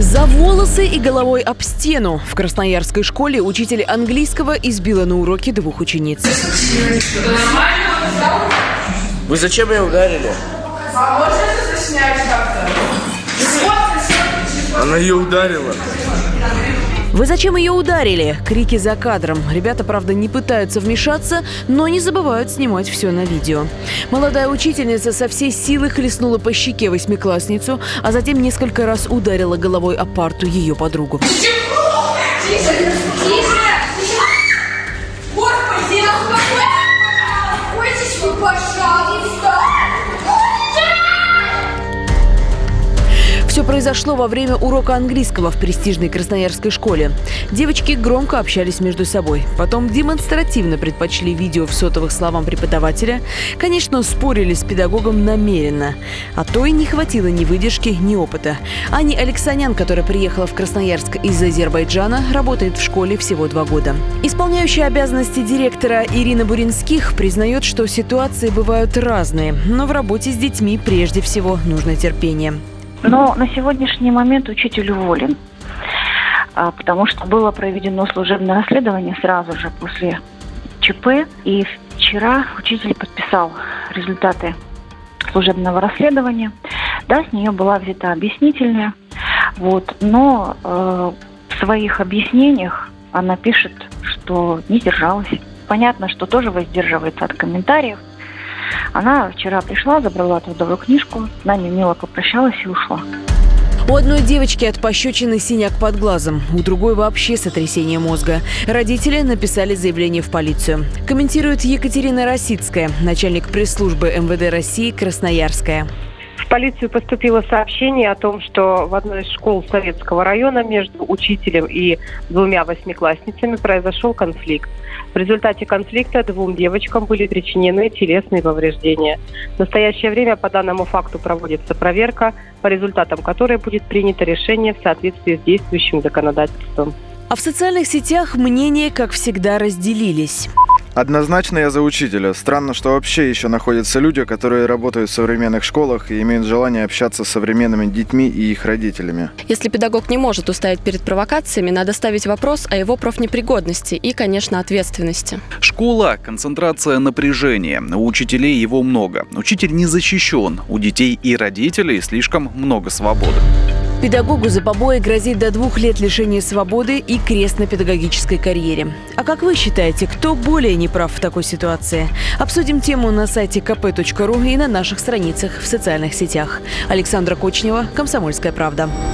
За волосы и головой об стену. В красноярской школе учитель английского избила на уроке двух учениц. Вы зачем ее ударили? А можно это заснять как-то? Она ее ударила. «Вы зачем ее ударили?» Крики за кадром. Ребята, правда, не пытаются вмешаться, но не забывают снимать все на видео. Молодая учительница со всей силы хлестнула по щеке восьмиклассницу, а затем несколько раз ударила головой о парту ее подругу. Все произошло во время урока английского в престижной красноярской школе. Девочки громко общались между собой. Потом демонстративно предпочли видео в сотовых словам преподавателя. Конечно, спорили с педагогом намеренно. А то и не хватило ни выдержки, ни опыта. Аня Алексанян, которая приехала в Красноярск из Азербайджана, работает в школе всего 2 года. Исполняющая обязанности директора Ирина Буринских признает, что ситуации бывают разные. Но в работе с детьми прежде всего нужно терпение. Но на сегодняшний момент учитель уволен, потому что было проведено служебное расследование сразу же после ЧП. И вчера учитель подписал результаты служебного расследования. Да, с нее была взята объяснительная. Но в своих объяснениях она пишет, что не сдержалась. Понятно, что тоже воздерживается от комментариев. Она вчера пришла, забрала трудовую книжку, с нами мило попрощалась и ушла. У одной девочки от пощечины синяк под глазом, у другой вообще сотрясение мозга. Родители написали заявление в полицию. Комментирует Екатерина Росицкая, начальник пресс-службы МВД России Красноярская. В полицию поступило сообщение о том, что в одной из школ Советского района между учителем и 2 восьмиклассницами произошел конфликт. В результате конфликта 2 девочкам были причинены телесные повреждения. В настоящее время по данному факту проводится проверка, по результатам которой будет принято решение в соответствии с действующим законодательством. А в социальных сетях мнения, как всегда, разделились. Однозначно я за учителя. Странно, что вообще еще находятся люди, которые работают в современных школах и имеют желание общаться с современными детьми и их родителями. Если педагог не может устоять перед провокациями, надо ставить вопрос о его профнепригодности и, конечно, ответственности. Школа – концентрация напряжения. У учителей его много. Учитель не защищен. У детей и родителей слишком много свободы. Педагогу за побои грозит до 2 лет лишения свободы и крест на педагогической карьере. А как вы считаете, кто более неправ в такой ситуации? Обсудим тему на сайте kp.ru и на наших страницах в социальных сетях. Александра Кочнева, «Комсомольская правда».